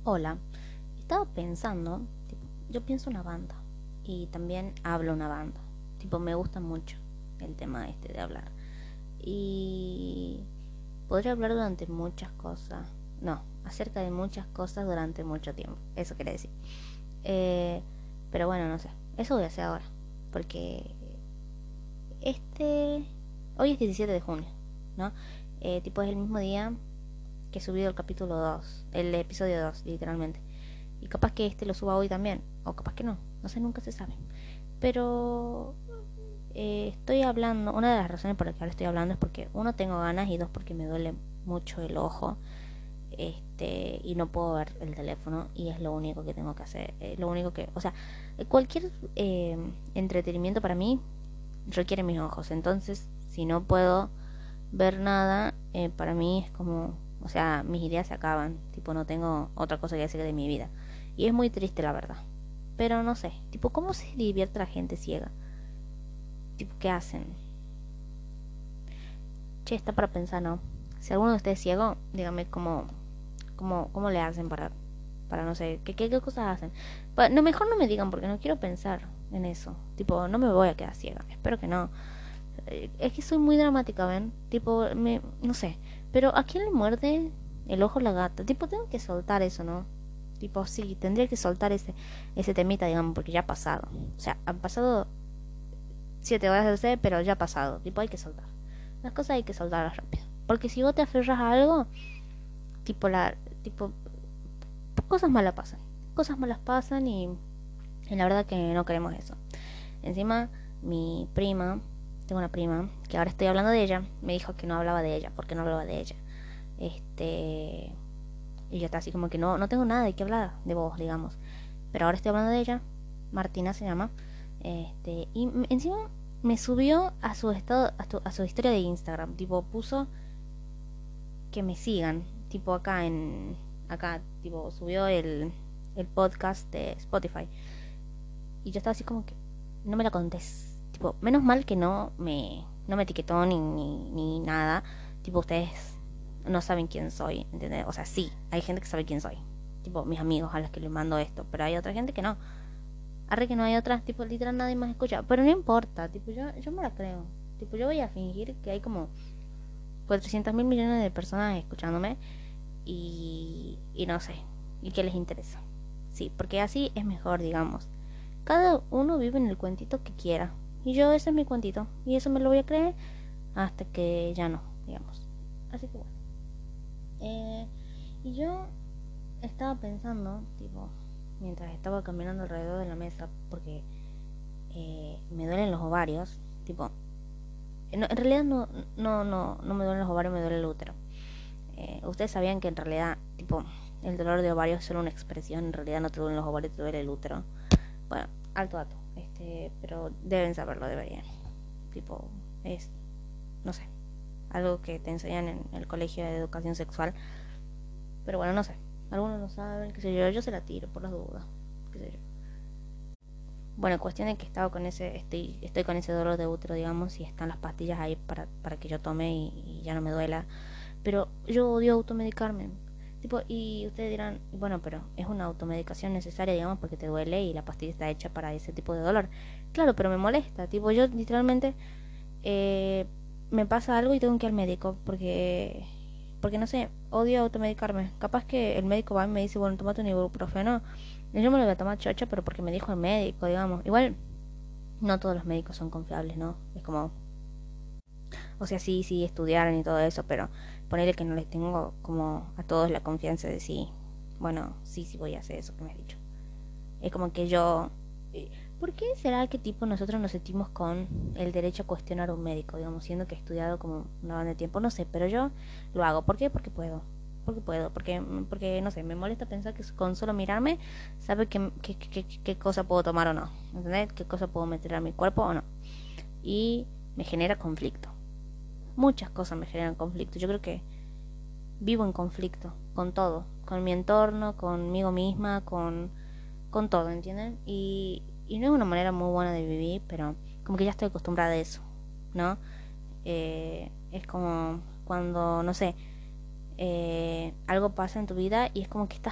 Hola, estaba pensando, tipo, yo pienso una banda y también hablo una banda. Tipo, me gusta mucho el tema este de hablar. Y podría hablar durante muchas cosas. No, acerca de muchas cosas durante mucho tiempo. Eso quiere decir. Eh, pero bueno, no sé. Eso voy a hacer ahora. Porque este... Hoy es 17 de junio, ¿no? Tipo, es el mismo día que he subido el capítulo 2, el episodio 2 literalmente. Y capaz que este lo suba hoy también, o capaz que no, no sé, nunca se sabe. Pero estoy hablando, una de las razones por las que ahora estoy hablando es porque uno tengo ganas y dos porque me duele mucho el ojo, y no puedo ver el teléfono y es lo único que tengo que hacer, lo único que, o sea, cualquier entretenimiento para mí requiere mis ojos, entonces si no puedo ver nada, para mí es como, o sea, mis ideas se acaban, tipo no tengo otra cosa que hacer de mi vida. Y es muy triste la verdad. Pero no sé, tipo, ¿cómo se divierte la gente ciega? Tipo, ¿qué hacen? Che, está para pensar, ¿no? Si alguno de ustedes es ciego, dígame cómo le hacen para no sé, qué cosas hacen. No, mejor no me digan porque no quiero pensar en eso. Tipo, no me voy a quedar ciega, espero que no. Es que soy muy dramática, ¿ven? Tipo, no sé. Pero ¿a quién le muerde el ojo la gata? Tipo, tengo que soltar eso, ¿no? Tipo, sí, tendría que soltar ese temita, digamos, porque ya ha pasado. O sea, han pasado 7 horas del C, pero ya ha pasado. Tipo, hay que soltar. Las cosas hay que soltarlas rápido. Porque si vos te aferras a algo, tipo, tipo, cosas malas pasan. Cosas malas pasan y la verdad que no queremos eso. Encima, mi prima, tengo una prima, que ahora estoy hablando de ella, me dijo que no hablaba de ella, porque no hablaba de ella. Este, y yo estaba así como que no tengo nada de qué hablar de vos, digamos. Pero ahora estoy hablando de ella, Martina se llama, y encima me subió a su estado, a su historia de Instagram, tipo puso que me sigan, tipo acá, tipo subió el podcast de Spotify. Y yo estaba así como que no me la contés. Tipo, menos mal que no me etiquetó ni nada. Tipo, ustedes no saben quién soy, ¿entendés? O sea, sí, hay gente que sabe quién soy. Tipo, mis amigos a los que les mando esto. Pero hay otra gente que no. Arre que no hay otras, tipo, literal nadie más escucha. Pero no importa, tipo, yo me la creo. Tipo, yo voy a fingir que hay como 400.000 millones de personas escuchándome y no sé. Y que les interesa. Sí, porque así es mejor, digamos. Cada uno vive en el cuentito que quiera. Y yo ese es mi cuentito. Y eso me lo voy a creer hasta que ya no, digamos. Así que bueno. Eh, y yo estaba pensando, tipo, mientras estaba caminando alrededor de la mesa, porque me duelen los ovarios, tipo, en realidad no me duelen los ovarios, me duele el útero. Ustedes sabían que en realidad, tipo, el dolor de ovarios es solo una expresión, en realidad no te duelen los ovarios, te duele el útero. Bueno, alto dato, pero deben saberlo, deberían. Tipo, es, no sé, algo que te enseñan en el colegio de educación sexual. Pero bueno, no sé, algunos no saben, qué sé yo se la tiro por las dudas, qué sé yo. Bueno, cuestión de que estaba con estoy con ese dolor de útero, digamos, y están las pastillas ahí para que yo tome y ya no me duela. Pero yo odio automedicarme. Tipo, y ustedes dirán, bueno, pero es una automedicación necesaria, digamos, porque te duele y la pastilla está hecha para ese tipo de dolor. Claro, pero me molesta. Tipo, yo literalmente eh, me pasa algo y tengo que ir al médico porque no sé, odio automedicarme. Capaz que el médico va y me dice, bueno, tomate un ibuprofeno. Y yo me lo voy a tomar chocha, pero porque me dijo el médico, digamos. Igual, no todos los médicos son confiables, ¿no? Es como, o sea, sí, estudiaron y todo eso, pero ponerle que no les tengo como a todos la confianza de sí, bueno, sí voy a hacer eso que me has dicho. Es como que yo... ¿Por qué será que tipo nosotros nos sentimos con el derecho a cuestionar a un médico, digamos, siendo que he estudiado como una banda de tiempo? No sé, pero yo lo hago. ¿Por qué? Porque puedo. Porque puedo, porque no sé, me molesta pensar que con solo mirarme sabe qué cosa puedo tomar o no, ¿entendés? ¿Qué cosa puedo meter a mi cuerpo o no? Y me genera conflicto. Muchas cosas me generan conflicto. Yo creo que vivo en conflicto con todo, con mi entorno, conmigo misma, con todo, ¿entienden? Y no es una manera muy buena de vivir, pero como que ya estoy acostumbrada a eso, ¿no? Es como cuando, no sé, algo pasa en tu vida y es como que estás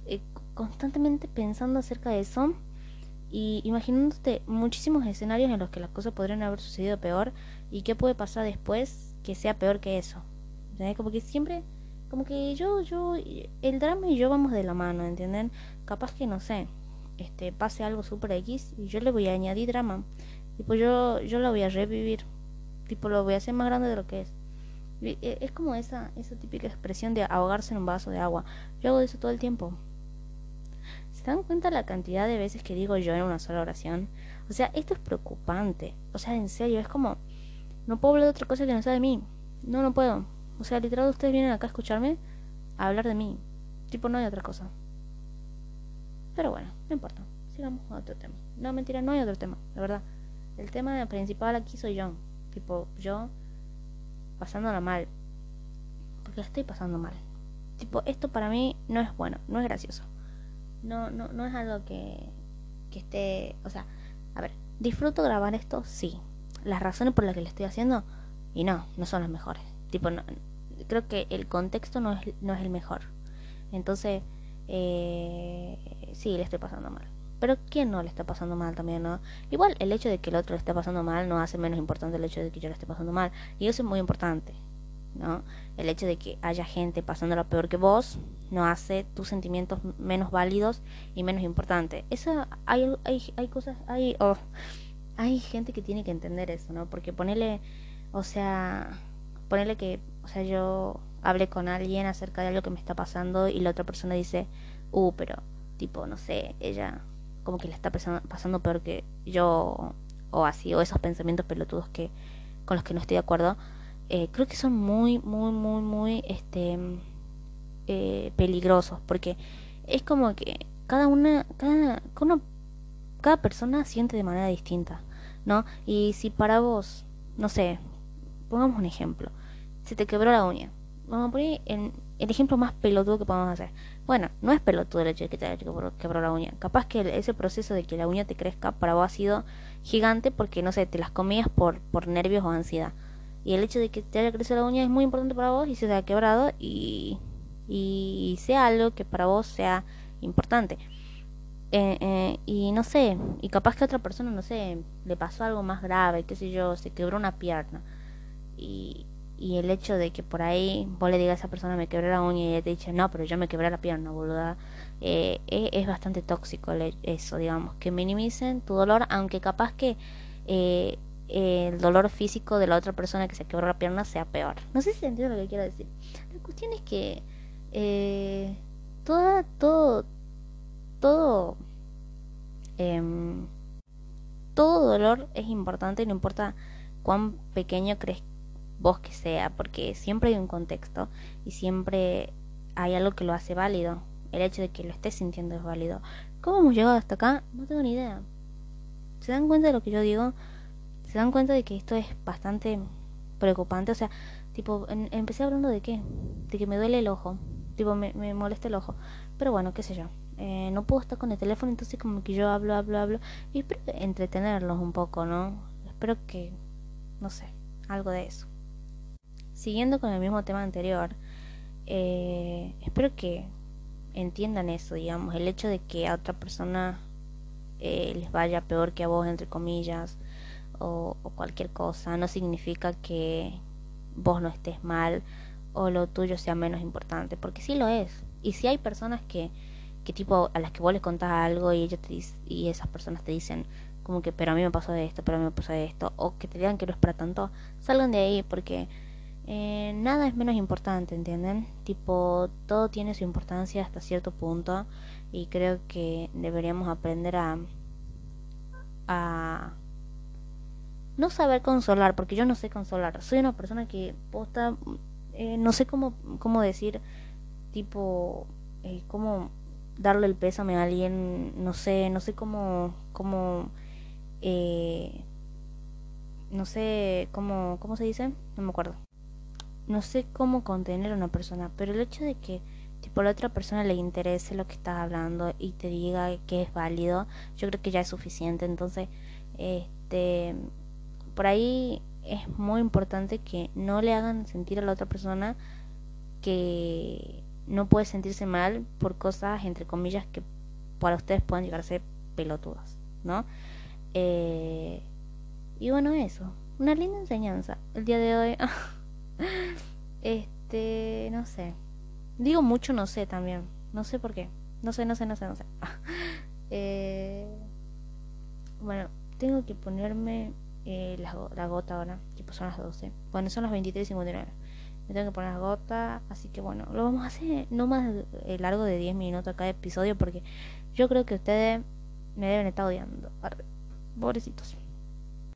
constantemente pensando acerca de eso y imaginándote muchísimos escenarios en los que las cosas podrían haber sucedido peor y qué puede pasar después que sea peor que eso. ¿Entendés? Como que siempre, como que el drama y yo vamos de la mano, ¿entienden? Capaz que no sé, pase algo super X y yo le voy a añadir drama. Tipo, yo lo voy a revivir. Tipo, lo voy a hacer más grande de lo que es. Es como esa típica expresión de ahogarse en un vaso de agua. Yo hago eso todo el tiempo. ¿Se dan cuenta la cantidad de veces que digo yo en una sola oración? O sea, esto es preocupante. O sea, en serio, es como... No puedo hablar de otra cosa que no sea de mí. No, no puedo. O sea, literal, ustedes vienen acá a escucharme a hablar de mí. Tipo, no hay otra cosa. Pero bueno, no importa. Sigamos con otro tema. No, mentira, no hay otro tema, la verdad. El tema principal aquí soy yo. Tipo, yo pasándola mal. Porque la estoy pasando mal. Tipo, esto para mí no es bueno, no es gracioso. No es algo que esté... O sea, a ver, disfruto grabar esto, sí. Las razones por las que lo estoy haciendo, y no son las mejores. Tipo, no, creo que el contexto no es el mejor. Entonces, sí, le estoy pasando mal. Pero ¿quién no le está pasando mal también, no? Igual el hecho de que el otro le esté pasando mal no hace menos importante el hecho de que yo le esté pasando mal. Y eso es muy importante, ¿no? El hecho de que haya gente pasándolo peor que vos no hace tus sentimientos menos válidos y menos importantes. Eso hay cosas, hay gente que tiene que entender eso, ¿no? Porque o sea, ponele que, o sea, yo hablé con alguien acerca de algo que me está pasando y la otra persona dice, pero, tipo, no sé, ella como que le está pasando peor que yo, o así, o esos pensamientos pelotudos con los que no estoy de acuerdo. Creo que son muy, peligrosos, porque es como que cada persona siente de manera distinta, ¿no? Y si para vos, no sé, pongamos un ejemplo, se te quebró la uña. Vamos a poner el ejemplo más pelotudo que podemos hacer. Bueno, no es pelotudo el hecho de que te haya quebró la uña. Capaz que ese proceso de que la uña te crezca para vos ha sido gigante porque, no sé, te las comías por nervios o ansiedad. Y el hecho de que te haya crecido la uña es muy importante para vos y se te ha quebrado y sea algo que para vos sea importante. Y no sé, y capaz que a otra persona, no sé, le pasó algo más grave, qué sé yo, se quebró una pierna. Y, y el hecho de que por ahí vos le digas a esa persona me quebré la uña y ella te dice, no, pero yo me quebré la pierna, boluda. Es bastante tóxico eso, digamos, que minimicen tu dolor, aunque capaz que eh, el dolor físico de la otra persona que se quebró la pierna sea peor. No sé si entiendo lo que quiero decir. La cuestión es que eh, toda, todo em, todo dolor es importante, no importa cuán pequeño crees vos que sea, porque siempre hay un contexto y siempre hay algo que lo hace válido. El hecho de que lo estés sintiendo es válido. ¿Cómo hemos llegado hasta acá? No tengo ni idea. ¿Se dan cuenta de lo que yo digo? ¿Se dan cuenta de que esto es bastante preocupante? O sea, tipo, empecé hablando de qué? De que me duele el ojo. Tipo, me molesta el ojo. Pero bueno, qué sé yo. No puedo estar con el teléfono, entonces como que yo hablo. Y espero entretenerlos un poco, ¿no? Espero que, no sé, algo de eso. Siguiendo con el mismo tema anterior, espero que entiendan eso, digamos, el hecho de que a otra persona les vaya peor que a vos, entre comillas, o cualquier cosa, no significa que vos no estés mal o lo tuyo sea menos importante, porque sí lo es. Y si hay personas que tipo a las que vos les contás algo y y esas personas te dicen como que pero a mí me pasó esto, pero a mí me pasó esto, o que te digan que no es para tanto, salgan de ahí porque nada es menos importante, ¿entienden? Tipo, todo tiene su importancia hasta cierto punto y creo que deberíamos aprender a no saber consolar, porque yo no sé consolar. Soy una persona que posta, no sé cómo decir, tipo, cómo darle el pésame a alguien, no sé eh, no sé cómo se dice, no me acuerdo. No sé cómo contener a una persona, pero el hecho de que tipo la otra persona le interese lo que estás hablando y te diga que es válido, yo creo que ya es suficiente. Entonces, este, por ahí es muy importante que no le hagan sentir a la otra persona que no puede sentirse mal por cosas, entre comillas, que para ustedes pueden llegar a ser pelotudas, ¿no? Y bueno, eso. Una linda enseñanza el día de hoy. No sé. Digo mucho no sé también. No sé por qué. No sé. Eh, bueno, tengo que ponerme la gota ahora. Tipo son las 12. Bueno, son las 23:59. Me tengo que poner las gotas. Así que bueno, lo vamos a hacer no más largo de 10 minutos cada episodio. Porque yo creo que ustedes me deben estar odiando. Arre, pobrecitos.